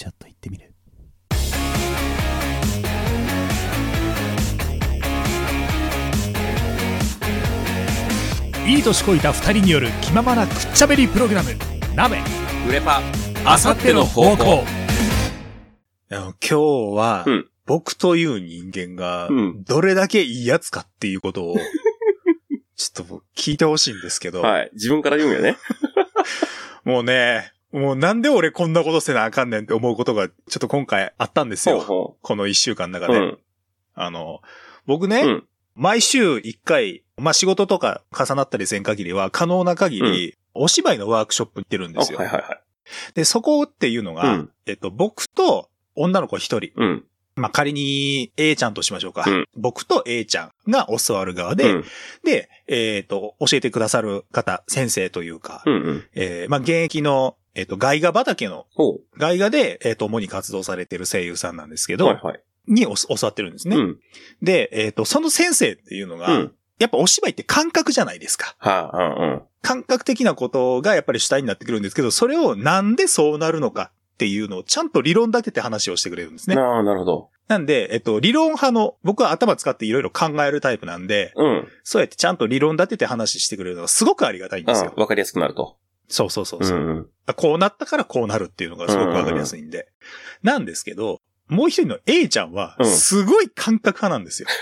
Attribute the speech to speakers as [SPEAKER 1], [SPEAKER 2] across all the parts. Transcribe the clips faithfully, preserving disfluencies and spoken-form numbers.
[SPEAKER 1] ちゃっと言ってみる。いい年こいたふたりによる気ままなくっちゃべりプログラム、鍋
[SPEAKER 2] 売れパ
[SPEAKER 1] あさっての方向。
[SPEAKER 3] 今日は、うん、僕という人間がどれだけいいやつかっていうことをちょっと聞いてほしいんですけど、
[SPEAKER 2] はい、自分から言うんやね。
[SPEAKER 3] もうね、もうなんで俺こんなことせなあかんねんって思うことがちょっと今回あったんですよ。ほうほう、この一週間の中で、うん、あの僕ね、うん、毎週一回、まあ仕事とか重なったりせん限りは可能な限り、うん、お芝居のワークショップ行ってるんですよ。
[SPEAKER 2] はいはいはい。
[SPEAKER 3] でそこっていうのが、うん、えっと僕と女の子一人。うん。まあ、仮に A ちゃんとしましょうか。うん、僕と A ちゃんが教わる側で、うん、で、えっと、教えてくださる方、先生というか、うんうん、えー、まあ、現役の、えっと、外画畑の、外画で、えっと、主に活動されている声優さんなんですけど、はいはい、に教わってるんですね。うん、で、えっと、その先生っていうのが、うん、やっぱお芝居って感覚じゃないですか。はあうんうん、感覚的なことがやっぱり主体になってくるんですけど、それをなんでそうなるのか。っていうのをちゃんと理論立てて話をしてくれるんですね。
[SPEAKER 2] ああ、なるほど。
[SPEAKER 3] なんで、えっと、理論派の、僕は頭使っていろいろ考えるタイプなんで、うん。そうやってちゃんと理論立てて話してくれるのがすごくありがたいんですよ。
[SPEAKER 2] わかりやすくなると。
[SPEAKER 3] そうそうそうそう、うんうん。こうなったからこうなるっていうのがすごくわかりやすいんで、うんうん。なんですけど、もう一人の A ちゃんは、すごい感覚派なんですよ。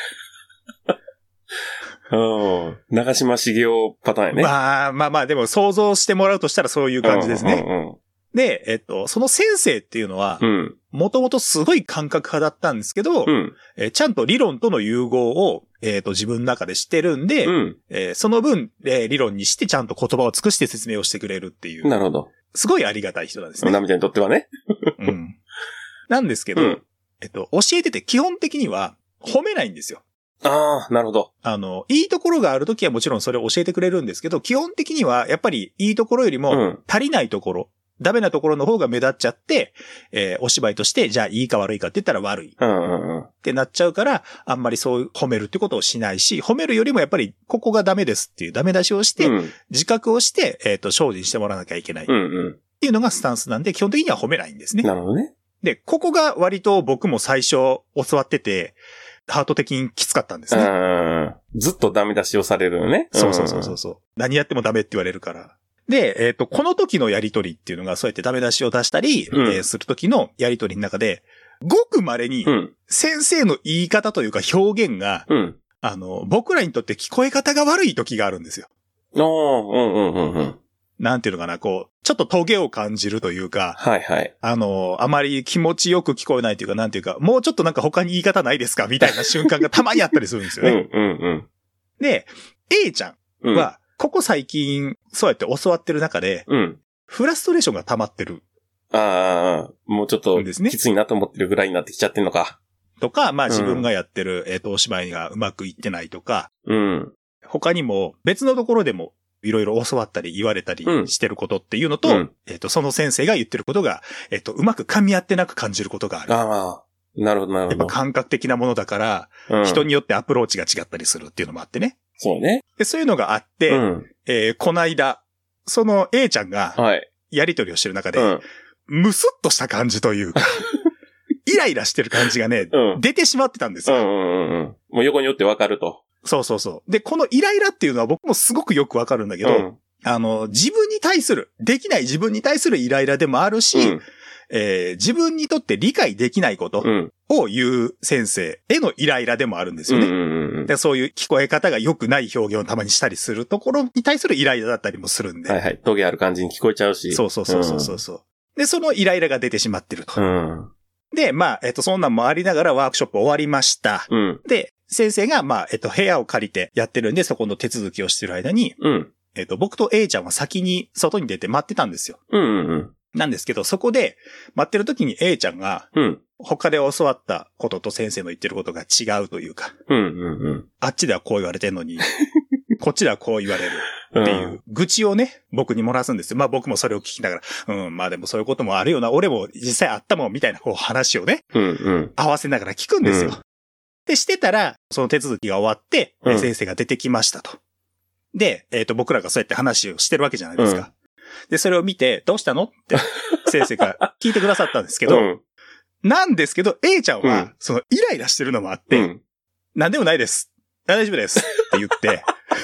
[SPEAKER 2] うん。長嶋茂雄パターンやね。
[SPEAKER 3] まあまあまあ、でも想像してもらうとしたらそういう感じですね。うんうんうん、で、えっと、その先生っていうのは、もともとすごい感覚派だったんですけど、うん、えちゃんと理論との融合を、えっと、自分の中でしてるんで、うん、えー、その分、えー、理論にしてちゃんと言葉を尽くして説明をしてくれるっていう。
[SPEAKER 2] なるほど。
[SPEAKER 3] すごいありがたい人なんですね。
[SPEAKER 2] ナミちゃんにとってはね。
[SPEAKER 3] うん。なんですけど、うん、えっと、教えてて基本的には褒めないんですよ。
[SPEAKER 2] ああ、なるほど。
[SPEAKER 3] あの、いいところがあるときはもちろんそれを教えてくれるんですけど、基本的にはやっぱりいいところよりも足りないところ、うん、ダメなところの方が目立っちゃって、えー、お芝居として、じゃあいいか悪いかって言ったら悪い。うんうんうん、ってなっちゃうから、あんまりそう褒めるってことをしないし、褒めるよりもやっぱり、ここがダメですっていうダメ出しをして、うん、自覚をして、えっと、精進してもらわなきゃいけない。うんうん、っていうのがスタンスなんで、基本的には褒めないんですね。
[SPEAKER 2] なるほどね。
[SPEAKER 3] で、ここが割と僕も最初教わってて、ハート的にきつかったんですね。
[SPEAKER 2] うんずっとダメ出しをされるよね。
[SPEAKER 3] そうそうそうそう。何やってもダメって言われるから。で、えっと、この時のやりとりっていうのが、そうやってダメ出しを出したり、うんえー、する時のやりとりの中で、ごく稀に、先生の言い方というか表現が、うん、あの、僕らにとって聞こえ方が悪い時があるんですよ。
[SPEAKER 2] ああ、うんうんうんうん。
[SPEAKER 3] なんていうのかな、こう、ちょっとトゲを感じるというか、
[SPEAKER 2] はいはい。
[SPEAKER 3] あの、あまり気持ちよく聞こえないというか、なんていうか、もうちょっとなんか他に言い方ないですかみたいな瞬間がたまにあったりするんですよね。うんうんうん。で、A ちゃんは、ここ最近、そうやって教わってる中で、うん、フラストレーションが溜まってる。
[SPEAKER 2] ああ、もうちょっと、きついなと思ってるぐらいになってきちゃってんのか。
[SPEAKER 3] とか、まあ自分がやってる、うん、えっと、お芝居がうまくいってないとか、うん、他にも別のところでも、いろいろ教わったり言われたりしてることっていうのと、うん、えっと、その先生が言ってることが、えっと、うまく噛み合ってなく感じることがある。
[SPEAKER 2] ああ、なるほど、なるほど。
[SPEAKER 3] やっぱ感覚的なものだから、うん、人によってアプローチが違ったりするっていうのもあってね。
[SPEAKER 2] そうね。
[SPEAKER 3] でそういうのがあって、うん、えー、こないだ、その A ちゃんが、やりとりをしてる中で、はいうん、むすっとした感じというか、イライラしてる感じがね、うん、出てしまってたんですよ。うんうんうん、
[SPEAKER 2] もう横によってわかると。
[SPEAKER 3] そうそうそう。で、このイライラっていうのは僕もすごくよくわかるんだけど、うん、あの、自分に対する、できない自分に対するイライラでもあるし、うんえー、自分にとって理解できないことを言う先生へのイライラでもあるんですよね。うんうんうん、でそういう聞こえ方が良くない表現をたまにしたりするところに対するイライラだったりもするんで。
[SPEAKER 2] はいはい。トゲある感じに聞こえちゃうし。
[SPEAKER 3] そうそうそうそうそう、うん。で、そのイライラが出てしまってると。うん、で、まあ、えっと、そんなんもありながらワークショップ終わりました。うん、で、先生が、まあ、えっと、部屋を借りてやってるんで、そこの手続きをしてる間に、うん、えっと、僕と A ちゃんは先に外に出て待ってたんですよ。うんうんうんなんですけど、そこで待ってる時に A ちゃんが、うん、他で教わったことと先生の言ってることが違うというか、うんうんうん、あっちではこう言われてんのに、こっちではこう言われるっていう愚痴をね、僕に漏らすんですよ。まあ僕もそれを聞きながら、うん、まあでもそういうこともあるよな、俺も実際あったもんみたいなこう話をね、うんうん、合わせながら聞くんですよ。うん、で、してたら、その手続きが終わって、うん、先生が出てきましたと。で、えっと、僕らがそうやって話をしてるわけじゃないですか。うんで、それを見て、どうしたのって先生が聞いてくださったんですけど、うん、なんですけど、A ちゃんは、うん、そのイライラしてるのもあって、うん、なんでもないです。大丈夫です。って言って、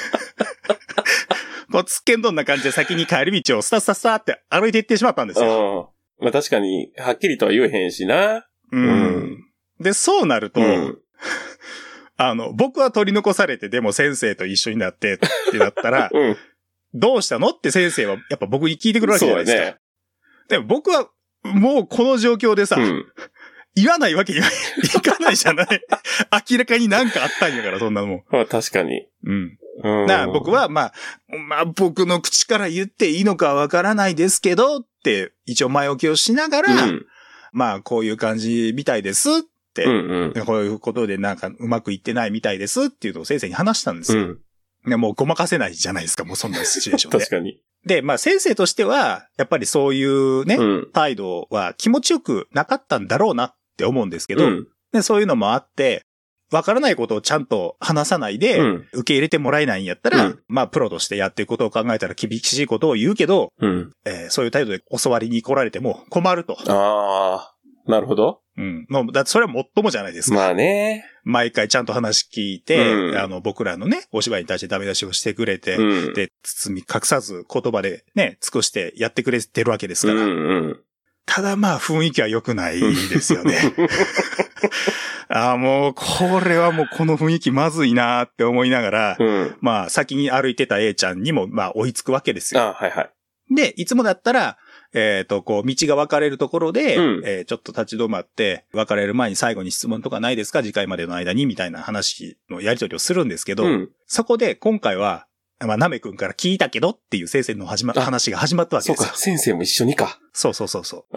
[SPEAKER 3] もうつっけんどんな感じで先に帰り道をスタスタスタって歩いていってしまったんですよ。
[SPEAKER 2] まあ確かに、はっきりとは言えへんしな。
[SPEAKER 3] うん。うん、で、そうなると、うん、あの、僕は取り残されて、でも先生と一緒になってってなったら、うん、どうしたのって先生はやっぱ僕に聞いてくるわけじゃないですか。そうね、でも僕はもうこの状況でさ、うん、言わないわけにはいかないじゃない。明らかになんかあったんやから、そんなもん。
[SPEAKER 2] まあ確かに。
[SPEAKER 3] うん。だから僕は、まあ、まあ僕の口から言っていいのかわからないですけど、って一応前置きをしながら、うん、まあこういう感じみたいですって、うんうん、こういうことでなんかうまくいってないみたいですっていうのを先生に話したんですよ。うんでもうごまかせないじゃないですか、もうそんなシチュエーションで。
[SPEAKER 2] 確かに。
[SPEAKER 3] で、まあ先生としては、やっぱりそういうね、うん、態度は気持ちよくなかったんだろうなって思うんですけど、うん、でそういうのもあって、わからないことをちゃんと話さないで、受け入れてもらえないんやったら、うん、まあプロとしてやっていくことを考えたら厳しいことを言うけど、うんえー、そういう態度で教わりに来られても困ると。
[SPEAKER 2] ああ。なるほど。
[SPEAKER 3] うん。もう、だってそれはもっともじゃないですか。
[SPEAKER 2] まあね。
[SPEAKER 3] 毎回ちゃんと話聞いて、うん、あの、僕らのね、お芝居に対してダメ出しをしてくれて、うん、で、包み隠さず言葉でね、尽くしてやってくれてるわけですから。うんうん、ただまあ、雰囲気は良くないですよね。ああ、もう、これはもうこの雰囲気まずいなって思いながら、うん、まあ、先に歩いてた A ちゃんにも、まあ、追いつくわけですよ。
[SPEAKER 2] あはいはい。
[SPEAKER 3] で、いつもだったら、えっと、こう、道が分かれるところで、うんえー、ちょっと立ち止まって、別れる前に最後に質問とかないですか次回までの間にみたいな話のやり取りをするんですけど、うん、そこで今回は、まあ、なめくんから聞いたけどっていう先生の始ま、話が始まったわけですよ。
[SPEAKER 2] そうか、先生も一緒にか。
[SPEAKER 3] そうそうそうそう。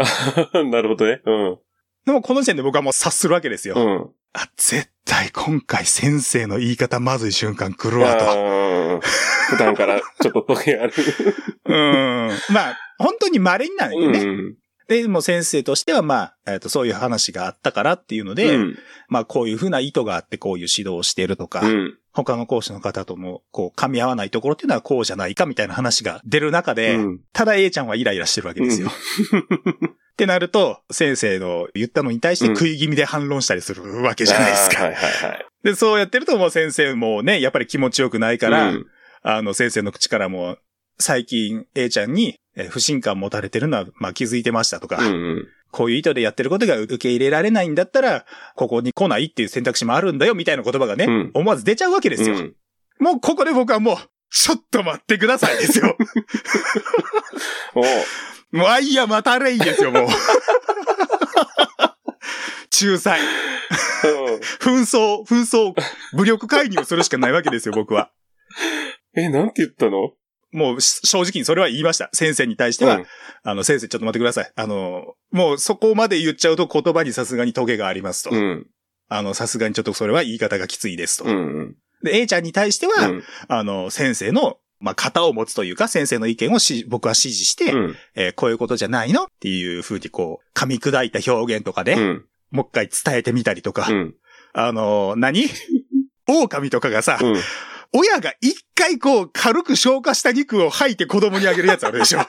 [SPEAKER 2] なるほどね。うん。
[SPEAKER 3] でもこの時点で僕はもう察するわけですよ。うん。あ、絶対今回先生の言い方まずい瞬間来るわと。
[SPEAKER 2] 普段からちょっとトゲある。
[SPEAKER 3] うん。まあ、本当に稀になるよね。うん、で、もう先生としてはまあ、えっと、そういう話があったからっていうので、うん、まあこういうふうな意図があってこういう指導をしているとか、うん、他の講師の方ともこう噛み合わないところっていうのはこうじゃないかみたいな話が出る中で、うん、ただ A ちゃんはイライラしてるわけですよ。うんってなると、先生の言ったのに対して食い気味で反論したりするわけじゃないですか。うんはいはいはい、で、そうやってるともう先生もね、やっぱり気持ちよくないから、うん、あの先生の口からも最近 A ちゃんに不信感持たれてるのはまあ気づいてましたとか、うんうん、こういう意図でやってることが受け入れられないんだったら、ここに来ないっていう選択肢もあるんだよみたいな言葉がね、うん、思わず出ちゃうわけですよ。うん、もうここで僕はもう、ちょっと待ってくださいですよ。おもう、あいや、またれいですよ、もう。仲裁。紛争、紛争、武力介入するしかないわけですよ、僕は。
[SPEAKER 2] え、なんて言ったの？
[SPEAKER 3] もう、正直にそれは言いました。先生に対しては、うん、あの、先生ちょっと待ってください。あの、もうそこまで言っちゃうと言葉にさすがにトゲがありますと。うん、あの、さすがにちょっとそれは言い方がきついですと。うんうん、で、A ちゃんに対しては、うん、あの、先生の、まあ、型を持つというか、先生の意見をし僕は支持して、うん、えー、こういうことじゃないのっていう風にこう、噛み砕いた表現とかで、うん、もう一回伝えてみたりとか、うん、あのー、何狼とかがさ、うん、親が一回こう、軽く消化した肉を吐いて子供にあげるやつあるでしょ。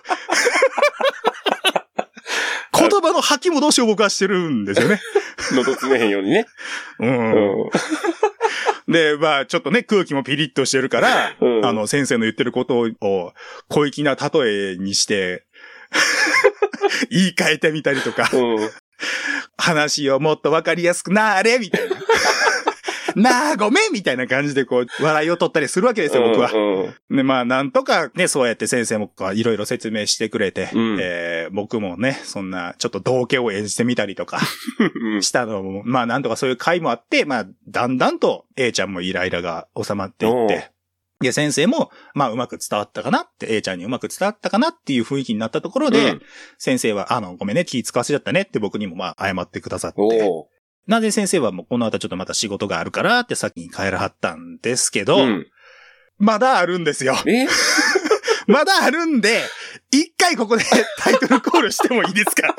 [SPEAKER 3] 言葉の吐き戻しを僕はしてるんですよね。
[SPEAKER 2] 喉詰めへんようにね。うん。
[SPEAKER 3] うんで、まあ、ちょっとね、空気もピリッとしてるから、うん、あの、先生の言ってることを、小粋な例えにして、言い換えてみたりとか、うん、話をもっとわかりやすくなーれみたいな。なあ、ごめんみたいな感じでこう、笑いを取ったりするわけですよ、僕は。うんうん、で、まあ、なんとかね、そうやって先生もいろいろ説明してくれて、うん、えー、僕もね、そんな、ちょっと道化を演じてみたりとか、したのも、まあ、なんとかそういう回もあって、まあ、だんだんと A ちゃんもイライラが収まっていって、で、先生も、まあ、うまく伝わったかなって、A ちゃんにうまく伝わったかなっていう雰囲気になったところで、うん、先生は、あの、ごめんね、気使わせちゃったねって僕にもまあ、謝ってくださって、なぜ先生はもうこの後ちょっとまた仕事があるからって先に帰らはったんですけど、うん、まだあるんですよ。えまだあるんで、一回ここでタイトルコールしてもいいですか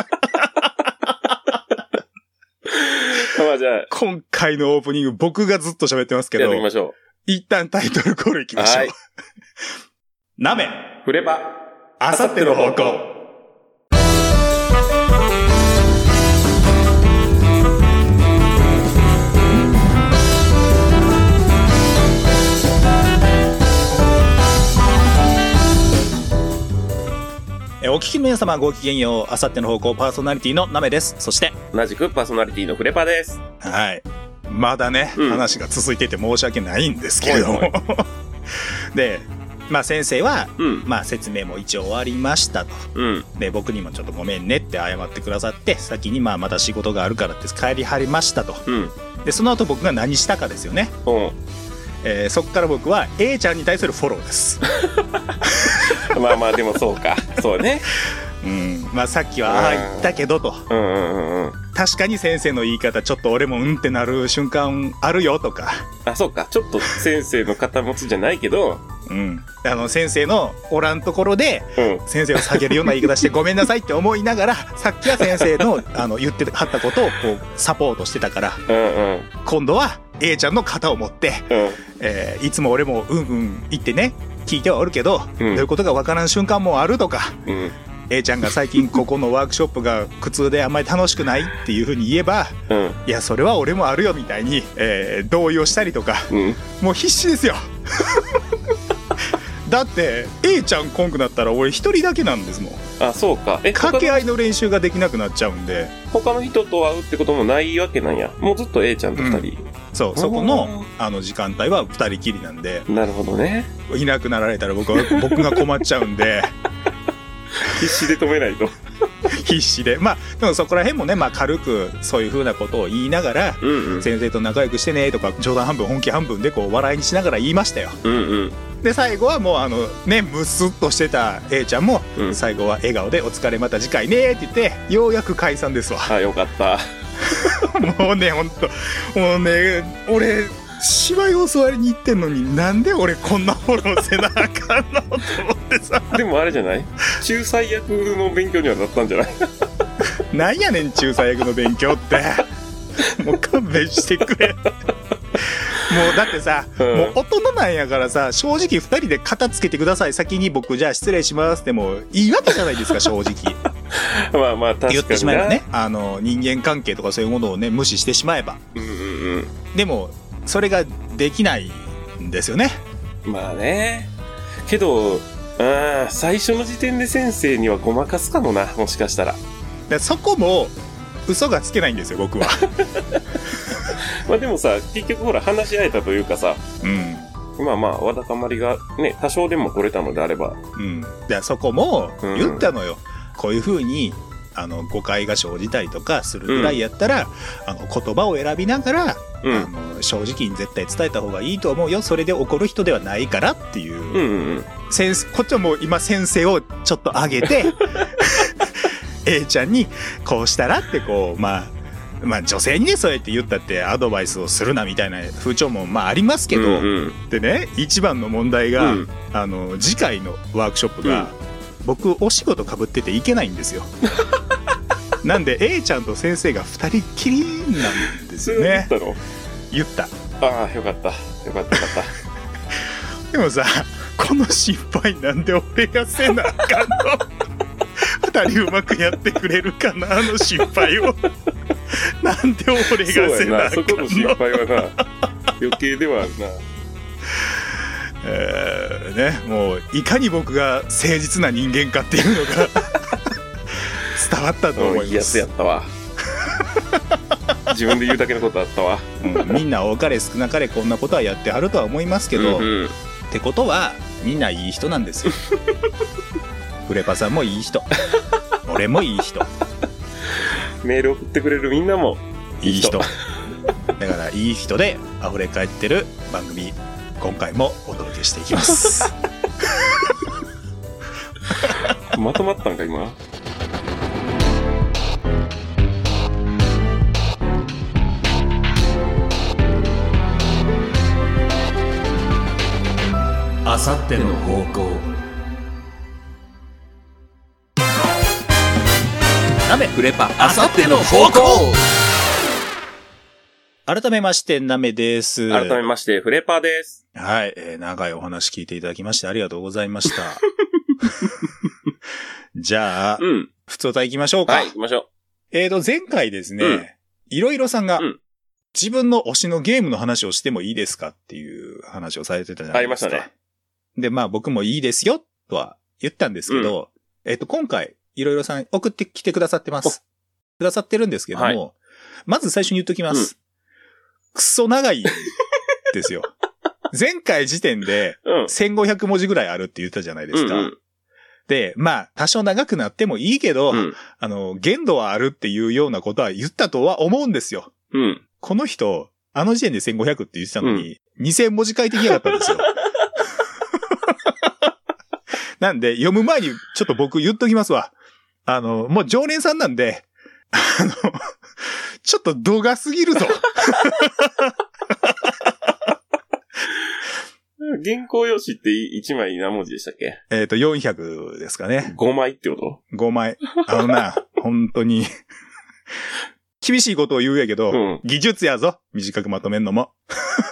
[SPEAKER 2] まあじゃあ
[SPEAKER 3] 今回のオープニング僕がずっと喋ってますけど、
[SPEAKER 2] やってみましょう。
[SPEAKER 3] 一旦タイトルコールいきましょう。はい、
[SPEAKER 2] なめ、フレバ、
[SPEAKER 3] あさっての方向。お聞きの皆様ごきげんよう。あさっての方向パーソナリティのなめです。そして
[SPEAKER 2] 同じくパーソナリティのフレパです。
[SPEAKER 3] はい。まだね、うん、話が続いてて申し訳ないんですけれども、はいはい、で、まあ先生は、うん、まあ説明も一応終わりましたと、うん、で僕にもちょっとごめんねって謝ってくださって、先にまあまた仕事があるからって帰りはりましたと、うん、でその後僕が何したかですよね。うん、えー、そっから僕は A ちゃんに対するフォローです。
[SPEAKER 2] まあまあでもそうか、そうね。
[SPEAKER 3] うん、まあさっきはああ言ったけどと、うんうんうん、確かに先生の言い方ちょっと俺もうんってなる瞬間あるよとか。
[SPEAKER 2] あ、そうか、ちょっと先生の肩持ちじゃないけど、
[SPEAKER 3] うん、あの先生のおらんところで、うん、先生を下げるような言い方してごめんなさいって思いながら、さっきは先生のあの言ってはったことをこうサポートしてたから、うんうん、今度は A ちゃんの肩を持って、うん、えー、いつも俺もうんうん言ってね聞いてはおるけど、うん、どういうことかわからん瞬間もあるとか、うん、A ちゃんが最近ここのワークショップが苦痛であんまり楽しくないっていう風に言えば、うん、いやそれは俺もあるよみたいに、えー、同意をしたりとか、うん、もう必死ですよ。だって A ちゃん来んくなったら俺一人だけなんですもん。
[SPEAKER 2] あ、そうか。え、
[SPEAKER 3] 掛け合いの練習ができなくなっちゃうんで、
[SPEAKER 2] 他の人と会うってこともないわけなんや。もうずっと A ちゃんと二人、うん、
[SPEAKER 3] そう、そこのあの時間帯は二人きりなんで。
[SPEAKER 2] なるほどね。
[SPEAKER 3] いなくなられたら僕は僕が困っちゃうんで
[SPEAKER 2] 必死で止めないと。
[SPEAKER 3] 必死で、まあでもそこら辺もね、まあ軽くそういう風なことを言いながら、うんうん、先生と仲良くしてねとか冗談半分本気半分でこう笑いにしながら言いましたよ。うんうん、で最後はもうあのねムスッとしてた A ちゃんも、うん、最後は笑顔でお疲れまた次回ねって言ってようやく解散ですわ。
[SPEAKER 2] あ、よかった。
[SPEAKER 3] もうねほんともうね俺芝居を教わりに行ってんのになんで俺こんなフォローせなあかんのと思ってさ。
[SPEAKER 2] でもあれじゃない、仲裁役の勉強にはなったんじゃない？
[SPEAKER 3] なんやねん仲裁役の勉強って。もう勘弁してくれ。もうだってさ、うん、もう大人なんやからさ、正直ふたりで片付けてください、先に僕じゃあ失礼しますでもいいわけじゃないですか。正直
[SPEAKER 2] まあまあ確かに言
[SPEAKER 3] ってしまえばね、あの人間関係とかそういうものをね無視してしまえば、うんうんうん、でもそれができないんですよね。
[SPEAKER 2] まあね。けど、あ、最初の時点で先生にはごまかすかもな、もしかしたら。
[SPEAKER 3] でそこも嘘がつけないんですよ、僕は。
[SPEAKER 2] まあでもさ、結局ほら話し合えたというかさ、うん、まあまあわだかまりがね多少でも取れたのであれば、
[SPEAKER 3] うん、でそこも言ったのよ、うん、こういう風にあの誤解が生じたりとかするぐらいやったら、うん、あの言葉を選びながら、うん、あの正直に絶対伝えた方がいいと思うよ、それで怒る人ではないからっていう、うんうんうん、先生こっちはもう今先生をちょっと上げてA ちゃんにこうしたらってこう、まあまあ女性にねそうやって言ったってアドバイスをするなみたいな風潮もまあありますけど、うんうん、でね一番の問題が、うん、あの次回のワークショップが、うん、僕お仕事被ってて行けないんですよ。なんで A ちゃんと先生がふたりきりなんですよね。
[SPEAKER 2] 言ったの？
[SPEAKER 3] 言った。
[SPEAKER 2] ああよかったよかったよかった。
[SPEAKER 3] でもさ、この失敗なんで俺がせなあかんの？ふたりうまくやってくれるかな、あの失敗を。なんで俺がせなあかんの？そこの
[SPEAKER 2] 心配はな余計ではあるな。
[SPEAKER 3] えー、ね、もういかに僕が誠実な人間かっていうのが伝わったと思います。
[SPEAKER 2] いいやつやったわ。自分で言うだけのことあったわ、
[SPEAKER 3] うん、みんな多かれ少なかれこんなことはやってはるとは思いますけど、うんうん、ってことはみんないい人なんですよ。フレパさんもいい人、俺もいい人、
[SPEAKER 2] メール送ってくれるみんなもいい人。だ
[SPEAKER 3] からいい人で溢れ返ってる番組、今回もお届けしていきます。
[SPEAKER 2] まとまったんか今。
[SPEAKER 1] あさっての方向。なめフレパあさっての方向。
[SPEAKER 3] 改めましてなめです。
[SPEAKER 2] 改めましてフレパです。
[SPEAKER 3] はい、えー、長いお話聞いていただきましてありがとうございました。 じゃあ、
[SPEAKER 2] うん。
[SPEAKER 3] 普通歌行きましょうか。
[SPEAKER 2] はい、行きましょ
[SPEAKER 3] う。えーと、前回ですね、うん、いろいろさんが、うん、自分の推しのゲームの話をしてもいいですかっていう話をされてたじゃないですか。
[SPEAKER 2] ありましたね。
[SPEAKER 3] で、まあ僕もいいですよ、とは言ったんですけど、うん、えっと、今回、いろいろさん送ってきてくださってます。くださってるんですけども、はい、まず最初に言っときます。うん、くそ長いですよ。前回時点でせんごひゃくもじぐらいあるって言ったじゃないですか。うんうん、で、まあ、多少長くなってもいいけど、うん、あの、限度はあるっていうようなことは言ったとは思うんですよ。うん、この人、あの時点でせんごひゃくって言ってたのに、うん、にせんもじ書いてきやがったんですよ。なんで、読む前にちょっと僕言っときますわ。あの、もう常連さんなんで、あの、ちょっと度が過ぎるぞ。
[SPEAKER 2] 原稿用紙っていちまい何文字でしたっけ？
[SPEAKER 3] えっと、よんひゃくですかね。
[SPEAKER 2] ごまいってこと？
[SPEAKER 3] ご 枚。あのな、本当に。厳しいことを言うやけど、うん、技術やぞ。短くまとめんのも。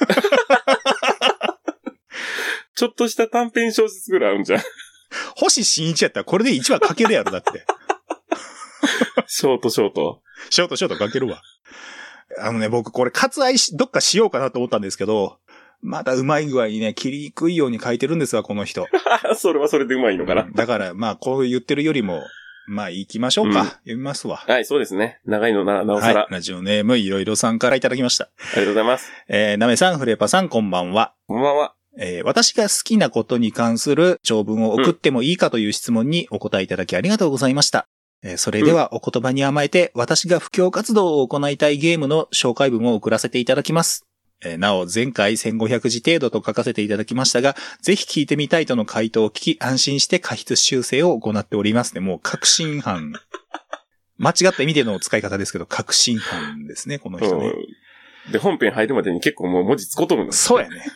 [SPEAKER 2] ちょっとした短編小説ぐらいあるんじゃん。
[SPEAKER 3] 星新一やったらこれでいちわ書けるやろ、だって。
[SPEAKER 2] ショートショート。
[SPEAKER 3] ショートショート書けるわ。あのね、僕これ割愛し、どっかしようかなと思ったんですけど、まだうまい具合にね、切りにくいように書いてるんですわ、この人。
[SPEAKER 2] それはそれでうまいのかな。
[SPEAKER 3] だから、まあ、こう言ってるよりも、まあ、行きましょうか。うん、読みますわ。
[SPEAKER 2] はい、そうですね。長いのな、なおさら。
[SPEAKER 3] はい、ラジオネームいろいろさんからいただきました。あ
[SPEAKER 2] りがとうございます。
[SPEAKER 3] えー、なめさん、フレパさん、こんばんは。
[SPEAKER 2] こんばんは。
[SPEAKER 3] えー、私が好きなことに関する長文を送ってもいいかという質問にお答えいただきありがとうございました。えー、それではお言葉に甘えて、私が布教活動を行いたいゲームの紹介文を送らせていただきます。えー、なお、前回せんごひゃくじ程度と書かせていただきましたが、ぜひ聞いてみたいとの回答を聞き、安心して過筆修正を行っておりますね。もう確信犯。間違った意味での使い方ですけど、確信犯ですね、この人ね。
[SPEAKER 2] で、本編入るまでに結構もう文字つことるんです。
[SPEAKER 3] そうやね。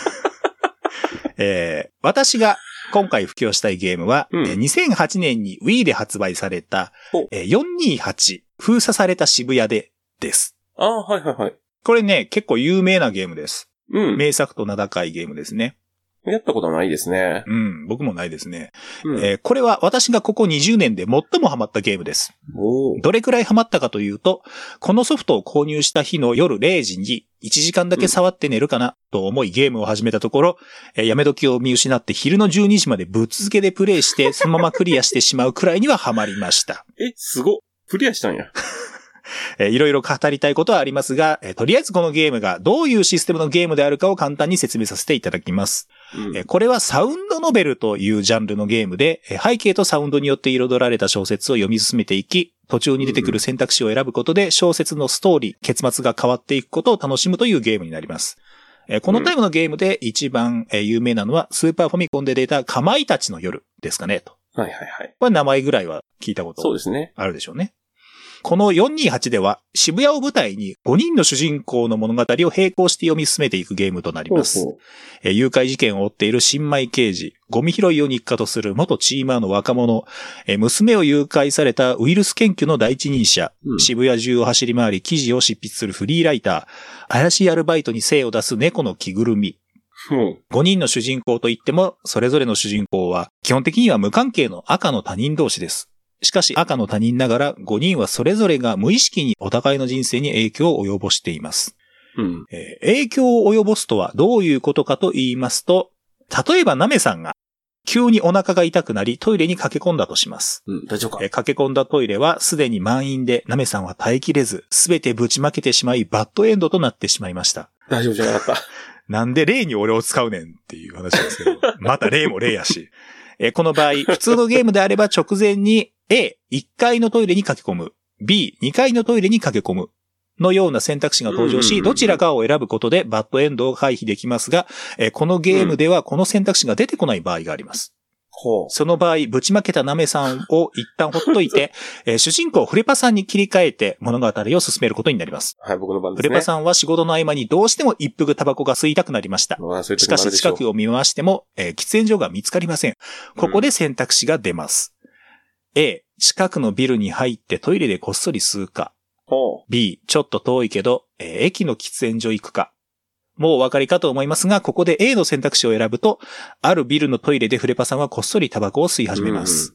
[SPEAKER 3] えー、私が今回布教したいゲームは、うん、にせんはちねんに Wii で発売された、えー、よんにーはち封鎖された渋谷でです。
[SPEAKER 2] ああ、はいはいはい。
[SPEAKER 3] これね、結構有名なゲームです。
[SPEAKER 2] うん。
[SPEAKER 3] 名作と名高いゲームですね。
[SPEAKER 2] やったことないですね。
[SPEAKER 3] うん、僕もないですね。うんえー、これは私がここにじゅうねんで最もハマったゲームです。
[SPEAKER 2] お
[SPEAKER 3] どれくらいハマったかというと、このソフトを購入した日の夜れいじにいちじかんだけ触って寝るかなと思いゲームを始めたところ、えー、やめ時を見失って昼のじゅうにじまでぶっ続けでプレイしてそのままクリアしてしまうくらいにはハマりました。
[SPEAKER 2] え、すごっ。クリアしたんや。
[SPEAKER 3] えー、いろいろ語りたいことはありますが、えー、とりあえずこのゲームがどういうシステムのゲームであるかを簡単に説明させていただきます。うんえー、これはサウンドノベルというジャンルのゲームで、えー、背景とサウンドによって彩られた小説を読み進めていき、途中に出てくる選択肢を選ぶことで小説のストーリー、結末が変わっていくことを楽しむというゲームになります。えー、このタイプのゲームで一番、えー、有名なのはスーパーファミコンで出たかまいたちの夜ですかねと。
[SPEAKER 2] はいはいはい。
[SPEAKER 3] これ名前ぐらいは聞いたこと
[SPEAKER 2] そうですね。
[SPEAKER 3] あるでしょうね。このよんにーはちでは渋谷を舞台にごにんの主人公の物語を並行して読み進めていくゲームとなります。ほうほうえ誘拐事件を追っている新米刑事、ゴミ拾いを日課とする元チーマーの若者、え娘を誘拐されたウイルス研究の第一人者、うん、渋谷中を走り回り記事を執筆するフリーライター、怪しいアルバイトに精を出す猫の着ぐるみ。
[SPEAKER 2] うん、
[SPEAKER 3] ごにんの主人公といっても、それぞれの主人公は基本的には無関係の赤の他人同士です。しかし赤の他人ながらごにんはそれぞれが無意識にお互いの人生に影響を及ぼしています。
[SPEAKER 2] うん
[SPEAKER 3] えー、影響を及ぼすとはどういうことかと言いますと、例えばナメさんが急にお腹が痛くなりトイレに駆け込んだとします。
[SPEAKER 2] うん、大丈夫か、
[SPEAKER 3] えー、駆け込んだトイレはすでに満員でナメさんは耐えきれず、すべてぶちまけてしまいバッドエンドとなってしまいました。
[SPEAKER 2] 大丈夫じゃなかった。
[SPEAKER 3] なんで例に俺を使うねんっていう話ですけど、また例も例やし。えー、この場合、普通のゲームであれば直前に エーいっ 階のトイレに駆け込む、ビーに 階のトイレに駆け込むのような選択肢が登場し、どちらかを選ぶことでバッドエンドを回避できますが、えー、このゲームではこの選択肢が出てこない場合があります。
[SPEAKER 2] ほう
[SPEAKER 3] その場合、ぶちまけたナメさんを一旦ほっといて、えー、主人公フレパさんに切り替えて物語を進めることになります。
[SPEAKER 2] はい、僕の番ですね。
[SPEAKER 3] フレパさんは仕事の合間にどうしても一服タバコが吸いたくなりました。しかし近くを見回しても、えー、喫煙所が見つかりません。ここで選択肢が出ます。うん、A、近くのビルに入ってトイレでこっそり吸うか。B、ちょっと遠いけど、えー、駅の喫煙所行くか。もうお分かりかと思いますが、ここで A の選択肢を選ぶと、あるビルのトイレでフレパさんはこっそりタバコを吸い始めます。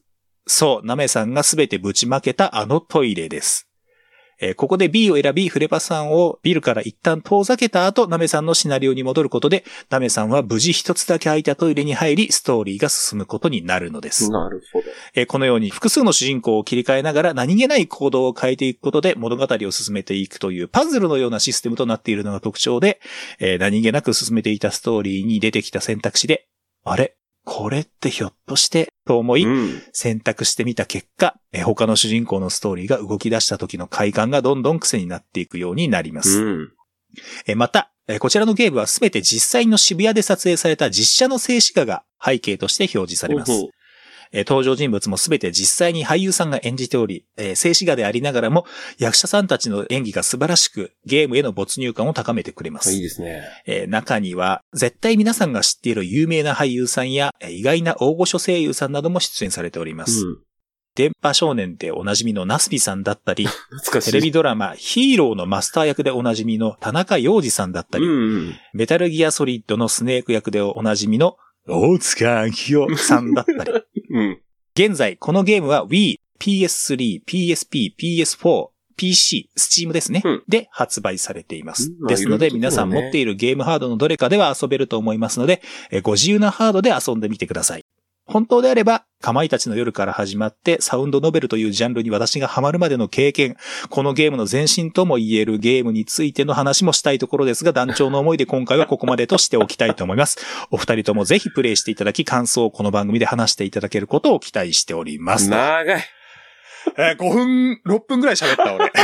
[SPEAKER 3] そう、ナメさんがすべてぶちまけたあのトイレです。えー、ここで B を選び、フレパさんをビルから一旦遠ざけた後、ナメさんのシナリオに戻ることで、ナメさんは無事一つだけ空いたトイレに入り、ストーリーが進むことになるのです。
[SPEAKER 2] なるほど。
[SPEAKER 3] えー、このように複数の主人公を切り替えながら何気ない行動を変えていくことで物語を進めていくというパズルのようなシステムとなっているのが特徴で、えー、何気なく進めていたストーリーに出てきた選択肢で、あれこれってひょっとしてと思い、うん、選択してみた結果、え他の主人公のストーリーが動き出した時の快感がどんどん癖になっていくようになります。うん、えまた、こちらのゲームはすべて実際の渋谷で撮影された実写の静止画が背景として表示されます。うんえー、登場人物もすべて実際に俳優さんが演じており、えー、静止画でありながらも役者さんたちの演技が素晴らしく、ゲームへの没入感を高めてくれます。
[SPEAKER 2] いいですね。
[SPEAKER 3] えー、中には、絶対皆さんが知っている有名な俳優さんや、えー、意外な大御所声優さんなども出演されております。うん、電波少年でおなじみのナスビさんだったり、テレビドラマヒーローのマスター役でおなじみの田中洋次さんだったり、うんうん、メタルギアソリッドのスネーク役でおなじみの大塚明夫さんだったり、うん現在、このゲームは Wii、ピーエススリー、ピーエスピー、ピーエスフォー、ピーシー、Steam ですね、うん。で発売されています。うん、ですので、皆さん持っているゲームハードのどれかでは遊べると思いますので、ご自由なハードで遊んでみてください。本当であれば、かまいたちの夜から始まってサウンドノベルというジャンルに私がハマるまでの経験、このゲームの前身とも言えるゲームについての話もしたいところですが、団長の思いで今回はここまでとしておきたいと思います。お二人ともぜひプレイしていただき、感想をこの番組で話していただけることを期待しております。
[SPEAKER 2] 長い。
[SPEAKER 3] えー、ごふん、ろっぷんくらい喋った俺。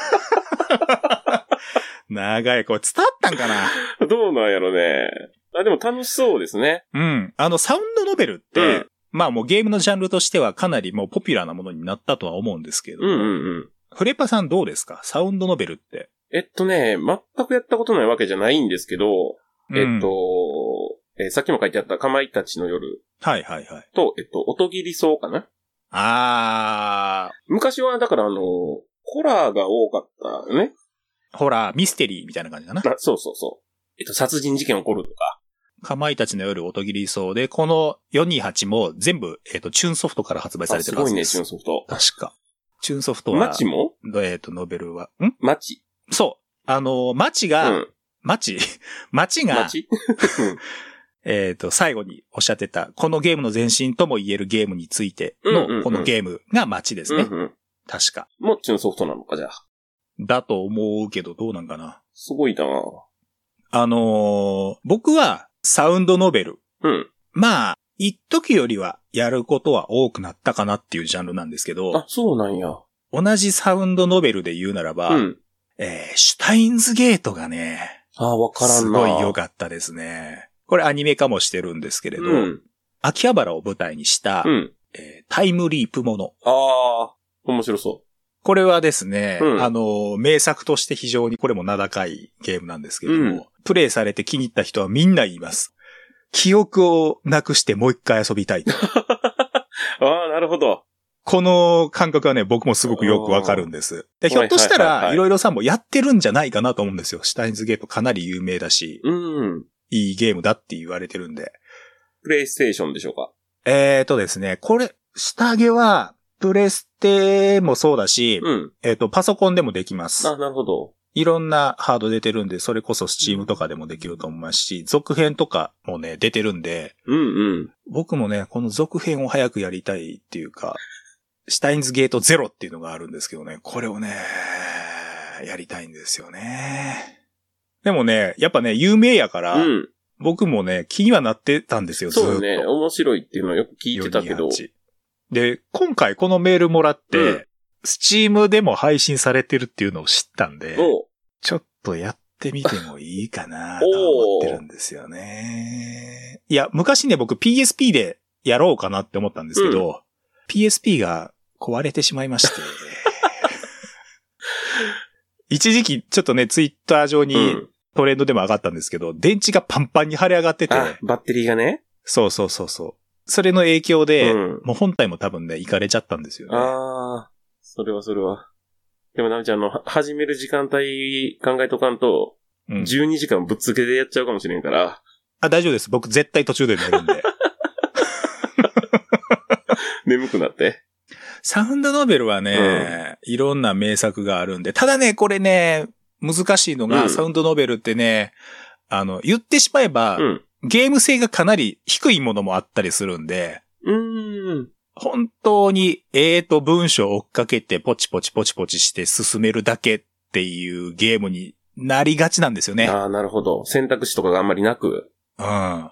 [SPEAKER 3] 長い。これ伝わったんかな
[SPEAKER 2] どうなんやろね。あ、でも楽しそうですね。
[SPEAKER 3] うん。あの、サウンドノベルって、うん、まあもうゲームのジャンルとしてはかなりもうポピュラーなものになったとは思うんですけど。うんうんうん。フレパさんどうですかサウンドノベルって。
[SPEAKER 2] えっとね、全くやったことないわけじゃないんですけど、うん、えっと、えー、さっきも書いてあったかまいたちの夜。
[SPEAKER 3] はいはいはい。
[SPEAKER 2] と、えっと、音切りそうかな
[SPEAKER 3] あー。
[SPEAKER 2] 昔はだからあの、ホラーが多かったね。
[SPEAKER 3] ホラー、ミステリーみたいな感じかな。
[SPEAKER 2] あ、そうそうそう。えっと、殺人事件起こるとか。
[SPEAKER 3] かまいたちの夜音切りそうで、このよんにーはちも全部、えっと、チューンソフトから発売されてるはずです。
[SPEAKER 2] すごいね、チューンソフト。
[SPEAKER 3] 確か。チューンソフトは。
[SPEAKER 2] マチも
[SPEAKER 3] えっと、ノベルは。ん
[SPEAKER 2] マチ。
[SPEAKER 3] そう。あの、マチが、うん、マチマチが、
[SPEAKER 2] マチ
[SPEAKER 3] えっと、最後におっしゃってた、このゲームの前身とも言えるゲームについての、このゲームがマチですね。うんうん、確か。
[SPEAKER 2] もうチューンソフトなのか、じゃあ。
[SPEAKER 3] だと思うけど、どうなんかな。
[SPEAKER 2] すごいな
[SPEAKER 3] あのー、僕は、サウンドノベル。
[SPEAKER 2] うん。
[SPEAKER 3] まあ、一時よりはやることは多くなったかなっていうジャンルなんですけど。
[SPEAKER 2] あ、そうなんや。
[SPEAKER 3] 同じサウンドノベルで言うならば、うん、えー、シュタインズゲートがね、
[SPEAKER 2] あ、わからんな。
[SPEAKER 3] すごい良かったですね。これアニメ化もしてるんですけれど、うん、秋葉原を舞台にした、うんえー、タイムリープもの。
[SPEAKER 2] ああ、面白そう。
[SPEAKER 3] これはですね、うん、あの、名作として非常にこれも名高いゲームなんですけれども、うん、プレイされて気に入った人はみんな言います。記憶をなくしてもう一回遊びたい。
[SPEAKER 2] ああ、なるほど。
[SPEAKER 3] この感覚はね、僕もすごくよくわかるんです。で、ひょっとしたら、いろいろさんもやってるんじゃないかなと思うんですよ。シュタインズゲートかなり有名だし、
[SPEAKER 2] うん、
[SPEAKER 3] いいゲームだって言われてるんで。
[SPEAKER 2] プレイステーションでしょうか？
[SPEAKER 3] えーとですね、これ、下着は、プレステもそうだし、うん、えっと、パソコンでもできます。
[SPEAKER 2] あ、なるほど。
[SPEAKER 3] いろんなハード出てるんで、それこそスチームとかでもできると思いますし、続編とかもね、出てるんで、
[SPEAKER 2] うんうん、
[SPEAKER 3] 僕もね、この続編を早くやりたいっていうか、シュタインズゲートゼロっていうのがあるんですけどね、これをね、やりたいんですよね。でもね、やっぱね、有名やから、うん、僕もね、気にはなってたんですよ、ずっと。
[SPEAKER 2] そうね、面白いっていうのはよく聞いてたけど。
[SPEAKER 3] で、今回このメールもらって、うん、スチームでも配信されてるっていうのを知ったんで、ちょっとやってみてもいいかなと思ってるんですよね。いや、昔ね、僕 ピーエスピー でやろうかなって思ったんですけど、うん、ピーエスピー が壊れてしまいまして、一時期ちょっとね、ツイッター上にトレンドでも上がったんですけど、電池がパンパンに腫れ上がってて、
[SPEAKER 2] あ、バッテリーがね。
[SPEAKER 3] そうそうそうそう。それの影響で、うん、もう本体も多分ね、いかれちゃったんですよね。
[SPEAKER 2] ああ、それはそれは。でもなみちゃんの、始める時間帯考えとかんと、うん、じゅうにじかんぶっつけでやっちゃうかもしれんから。
[SPEAKER 3] あ、大丈夫です。僕絶対途中で寝るんで。
[SPEAKER 2] 眠くなって
[SPEAKER 3] サウンドノベルはね、うん、いろんな名作があるんで、ただね、これね、難しいのが、うん、サウンドノベルってね、あの、言ってしまえば、うん、ゲーム性がかなり低いものもあったりするんで、
[SPEAKER 2] うーん
[SPEAKER 3] 本当に、えーと文章を追っかけてポチポチポチポチして進めるだけっていうゲームになりがちなんですよね。
[SPEAKER 2] ああ、なるほど。選択肢とかがあんまりなく。
[SPEAKER 3] うん。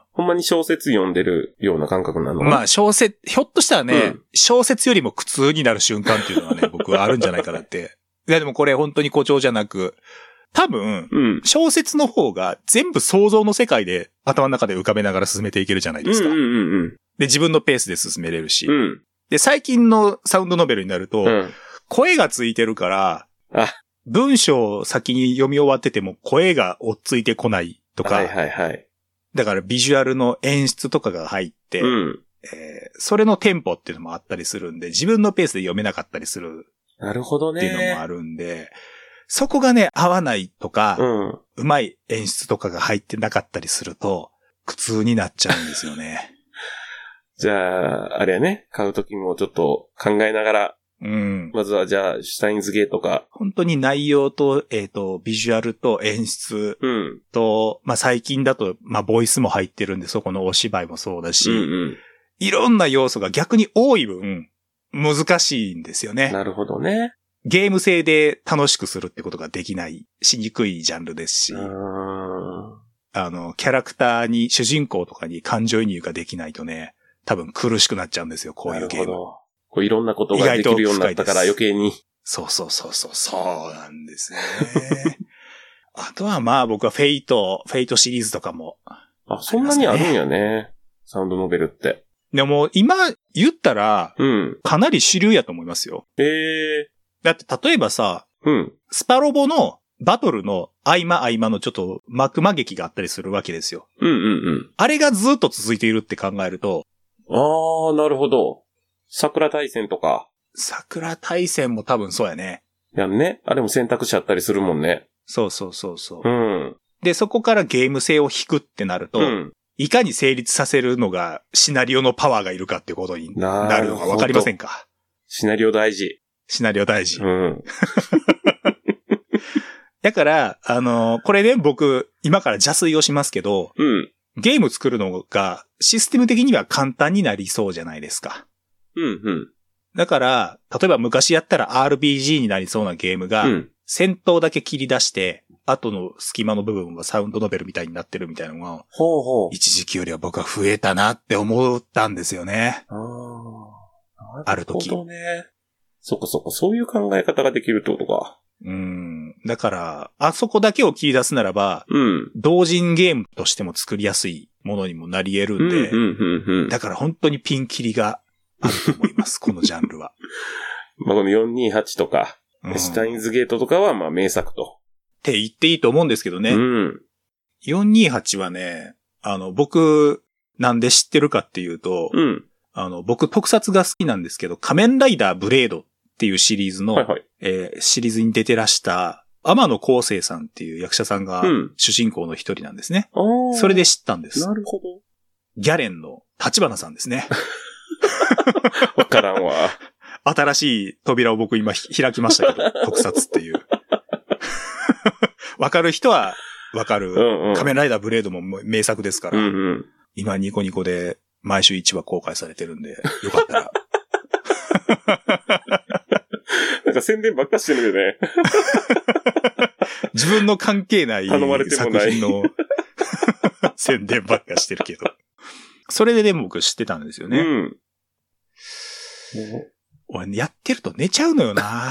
[SPEAKER 2] ほんまに小説読んでるような感覚なの？
[SPEAKER 3] まあ小説、ひょっとしたらね、うん、小説よりも苦痛になる瞬間っていうのはね、僕はあるんじゃないかなって。いやでもこれ本当に誇張じゃなく、多分、うん、小説の方が全部想像の世界で頭の中で浮かべながら進めていけるじゃないですか。
[SPEAKER 2] うんうんうんうん、
[SPEAKER 3] で、自分のペースで進めれるし。
[SPEAKER 2] うん、
[SPEAKER 3] で、最近のサウンドノベルになると、うん、声がついてるから、
[SPEAKER 2] あ
[SPEAKER 3] 文章を先に読み終わってても声が追っついてこないとか。
[SPEAKER 2] はいはいはい。
[SPEAKER 3] だからビジュアルの演出とかが入って、
[SPEAKER 2] うん
[SPEAKER 3] えー、それのテンポっていうのもあったりするんで、自分のペースで読めなかったりする。
[SPEAKER 2] なるほどね。
[SPEAKER 3] っていうのもあるんで、そこがね、合わないとか、
[SPEAKER 2] うん、
[SPEAKER 3] うまい演出とかが入ってなかったりすると、苦痛になっちゃうんですよね。
[SPEAKER 2] じゃあ、あれやね、買うときもちょっと考えながら、
[SPEAKER 3] うん。
[SPEAKER 2] まずはじゃあ、シュタインズゲートか。
[SPEAKER 3] 本当に内容と、えっと、ビジュアルと演出と、
[SPEAKER 2] うん、
[SPEAKER 3] まあ最近だと、まあボイスも入ってるんで、そこのお芝居もそうだし、
[SPEAKER 2] うんうん、
[SPEAKER 3] いろんな要素が逆に多い分、難しいんですよね。
[SPEAKER 2] なるほどね。
[SPEAKER 3] ゲーム性で楽しくするってことができない、しにくいジャンルですし、
[SPEAKER 2] うーん
[SPEAKER 3] あの、キャラクターに、主人公とかに感情移入ができないとね、多分苦しくなっちゃうんですよ、こういうゲーム。
[SPEAKER 2] なるほど。こういろんなことができるようになったから余計に。
[SPEAKER 3] そうそうそうそう、そうなんですね。あとはまあ僕はフェイト、フェイトシリーズとかも、
[SPEAKER 2] ね。あ、そんなにあるんやね。サウンドノベルって。
[SPEAKER 3] でも今言ったら、
[SPEAKER 2] うん、
[SPEAKER 3] かなり主流やと思いますよ。
[SPEAKER 2] へえ。
[SPEAKER 3] だって例えばさ、
[SPEAKER 2] うん、
[SPEAKER 3] スパロボのバトルの合間合間のちょっと幕間劇があったりするわけですよ。
[SPEAKER 2] うんうんうん。
[SPEAKER 3] あれがずっと続いているって考えると。
[SPEAKER 2] ああ、なるほど。桜大戦とか。
[SPEAKER 3] 桜大戦も多分そうやね。
[SPEAKER 2] やんね。あれも選択肢あったりするもんね。
[SPEAKER 3] そうそうそうそう。
[SPEAKER 2] うん。
[SPEAKER 3] で、そこからゲーム性を引くってなると、うん、いかに成立させるのがシナリオのパワーがいるかっていうことになるのがわかりませんか？
[SPEAKER 2] シナリオ大事。
[SPEAKER 3] シナリオ大事。
[SPEAKER 2] うん。
[SPEAKER 3] だから、あのー、これね、僕、今から邪推をしますけど、
[SPEAKER 2] うん。
[SPEAKER 3] ゲーム作るのがシステム的には簡単になりそうじゃないですか。
[SPEAKER 2] うんうん。
[SPEAKER 3] だから、例えば昔やったら アールピージー になりそうなゲームが、うん、戦闘だけ切り出して、後の隙間の部分はサウンドノベルみたいになってるみたいなのが、
[SPEAKER 2] ほうほう。
[SPEAKER 3] 一時期よりは僕は増えたなって思ったんですよね。
[SPEAKER 2] ああ。
[SPEAKER 3] ある時。
[SPEAKER 2] なるほどね。そこそこ、そういう考え方ができるってことか。
[SPEAKER 3] うん。だから、あそこだけを切り出すならば、
[SPEAKER 2] うん。
[SPEAKER 3] 同人ゲームとしても作りやすいものにもなり得るんで、
[SPEAKER 2] うんうんうんうん、
[SPEAKER 3] だから本当にピンキリがあると思います、このジャンルは。
[SPEAKER 2] まあこのよんにーはちとか、うん、シュタインズゲートとかはまあ名作と。
[SPEAKER 3] って言っていいと思うんですけどね。
[SPEAKER 2] うん。
[SPEAKER 3] よんにーはちはね、あの、僕、なんで知ってるかっていうと、
[SPEAKER 2] うん。
[SPEAKER 3] あの、僕特撮が好きなんですけど、仮面ライダーブレードっていうシリーズの、
[SPEAKER 2] はいはい、
[SPEAKER 3] えー、シリーズに出てらした天野浩生さんっていう役者さんが主人公の一人なんですね。
[SPEAKER 2] うん、
[SPEAKER 3] それで知ったんです。
[SPEAKER 2] なるほど。
[SPEAKER 3] ギャレンの立花さんですね。
[SPEAKER 2] わからんわ。
[SPEAKER 3] 新しい扉を僕今開きましたけど、特撮っていう。わかる人はわかる、うんうん。仮面ライダーブレードも名作ですから、
[SPEAKER 2] うんうん、
[SPEAKER 3] 今ニコニコで毎週いちわ公開されてるんで、よかったら。
[SPEAKER 2] なんか宣伝ばっかしてるよね。
[SPEAKER 3] 自分の関係ない作品の宣伝ばっかしてるけど。それででも僕知ってたんですよね。
[SPEAKER 2] うん。
[SPEAKER 3] 俺やってると寝ちゃうのよな。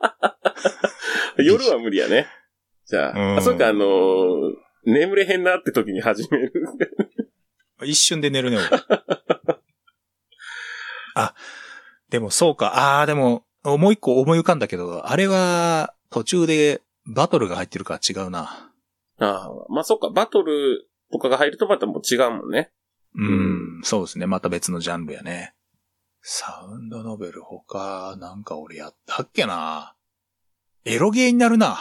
[SPEAKER 2] 夜は無理やね。じゃあ、うん、あ、そうか、あのー、眠れへんなって時に始める。
[SPEAKER 3] 一瞬で寝るね、俺。あ、でもそうか。ああ、でも、もう一個思い浮かんだけど、あれは途中でバトルが入ってるから違うな。
[SPEAKER 2] ああ、まあそうか、バトルとかが入るとまたもう違うもんね。
[SPEAKER 3] うん、そうですね。また別のジャンルやね。サウンドノベル他、なんか俺やったっけな。エロゲーになるな。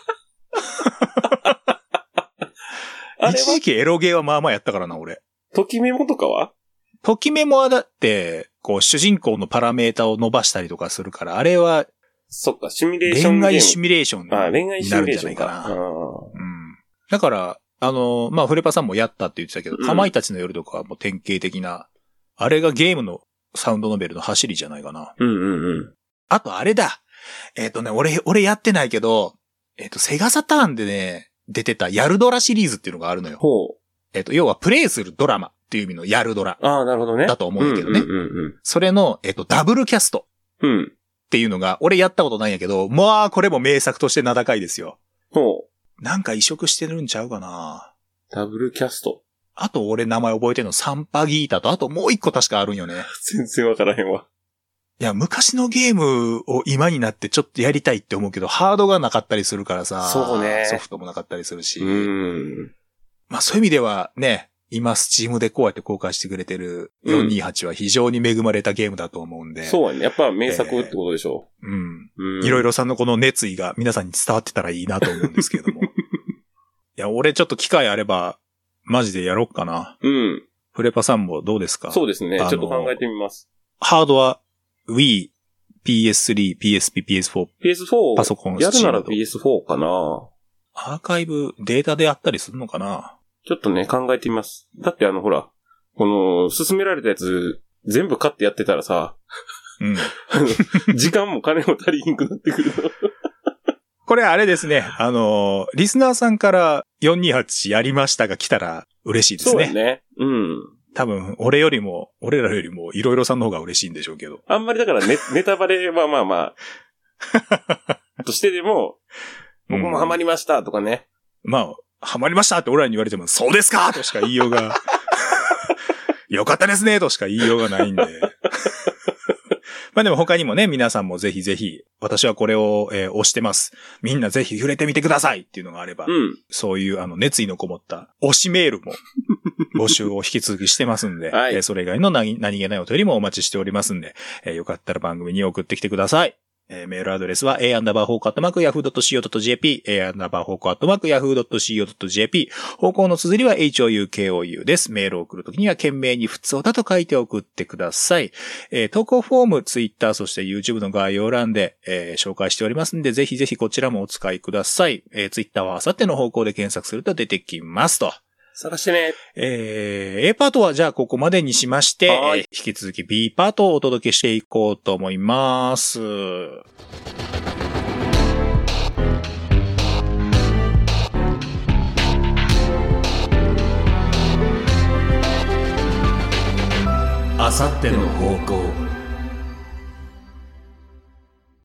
[SPEAKER 3] 一時期エロゲーはまあまあやったからな、俺。
[SPEAKER 2] ときメモとかは？
[SPEAKER 3] ときメモはだって、 こう、主人公のパラメータを伸ばしたりとかするから、あれは、
[SPEAKER 2] そっか、シミュレーションゲーム。
[SPEAKER 3] 恋愛シミュレーションになるんじゃないかな。
[SPEAKER 2] あ、恋愛シミュレーションか。
[SPEAKER 3] うん。だから、あの、まあ、フレパさんもやったって言ってたけど、うん、かまいたちの夜とかはもう典型的な、あれがゲームのサウンドノベルの走りじゃないかな。
[SPEAKER 2] うんうんうん。
[SPEAKER 3] あとあれだ。えっとね、俺、俺やってないけど、えっと、セガサターンでね、出てたヤルドラシリーズっていうのがあるのよ。
[SPEAKER 2] ほう。
[SPEAKER 3] えっと、要はプレイするドラマっていう意味のヤルドラ。
[SPEAKER 2] ああ、なるほどね。
[SPEAKER 3] だと思うんだけどね。
[SPEAKER 2] うんうんうんうん、
[SPEAKER 3] それの、えっと、ダブルキャスト。
[SPEAKER 2] うん。
[SPEAKER 3] っていうのが、俺やったことないんやけど、まあ、これも名作として名高いですよ。
[SPEAKER 2] ほ
[SPEAKER 3] う。なんか移植してるんちゃうかな。
[SPEAKER 2] ダブルキャスト。
[SPEAKER 3] あと俺名前覚えてるのサンパギータと、あともう一個確かあるんよね。
[SPEAKER 2] 全然わからへんわ。
[SPEAKER 3] いや、昔のゲームを今になってちょっとやりたいって思うけど、ハードがなかったりするからさ。
[SPEAKER 2] そうね。
[SPEAKER 3] ソフトもなかったりするし。
[SPEAKER 2] うん。
[SPEAKER 3] まあそういう意味ではね、今スチームでこうやって公開してくれてるよんにーはちは非常に恵まれたゲームだと思うんで。
[SPEAKER 2] そうやね。やっぱ名作ってことでしょ
[SPEAKER 3] う。えー、うん。うん。いろいろさんのこの熱意が皆さんに伝わってたらいいなと思うんですけれども。いや、俺ちょっと機会あれば、マジでやろっかな。
[SPEAKER 2] うん。
[SPEAKER 3] フレパさんもどうですか？
[SPEAKER 2] そうですね。ちょっと考えてみます。
[SPEAKER 3] ハードは Wii、ピーエススリー、ピーエスピー、ピーエスフォー。
[SPEAKER 2] ピーエスフォー。
[SPEAKER 3] パソコン、
[SPEAKER 2] やるなら ピーエスフォー かな。
[SPEAKER 3] アーカイブ、データであったりするのかな？
[SPEAKER 2] ちょっとね、考えてみます。だってあの、ほら、この、勧められたやつ、全部買ってやってたらさ、
[SPEAKER 3] うん。
[SPEAKER 2] 時間も金も足りひんくなってくるの。
[SPEAKER 3] これあれですね、あの、リスナーさんからよんにーはちやりましたが来たら嬉しいですね。
[SPEAKER 2] そうね。うん。
[SPEAKER 3] 多分、俺よりも、俺らよりも、いろいろさんの方が嬉しいんでしょうけど。
[SPEAKER 2] あんまりだからネ、ネタバレはまあまあ、としてでも、僕もハマりましたとかね。
[SPEAKER 3] うん、まあ、ハマりましたって俺らに言われても、そうですかとしか言いようが、よかったですねとしか言いようがないんで。まあでも他にもね、皆さんもぜひぜひ、私はこれを、えー、推してます。みんなぜひ触れてみてくださいっていうのがあれば、
[SPEAKER 2] うん、
[SPEAKER 3] そういうあの熱意のこもった推しメールも募集を引き続きしてますんで、
[SPEAKER 2] はい
[SPEAKER 3] えー、それ以外の何何気ないお便りもお待ちしておりますんで、えー、よかったら番組に送ってきてください。えー、メールアドレスは a アンダーバーフォークアットマークヤフードットシーオードットジェーピー、a アンダーバーフォークアットマークヤフードットシーオードットジェーピー、方向の綴りは エイチオーユーケーオーユー です。メールを送るときには懸命にふつおたと書いて送ってください。えー、投稿フォーム、ツイッター、そして YouTube の概要欄で、えー、紹介しておりますんで、ぜひぜひこちらもお使いください。えー、ツイッターはあさっての方向で検索すると出てきますと。
[SPEAKER 2] 探してね。
[SPEAKER 3] えー、A パートはじゃあここまでにしまして、えー、引き続き B パートをお届けしていこうと思います。あさっての方向。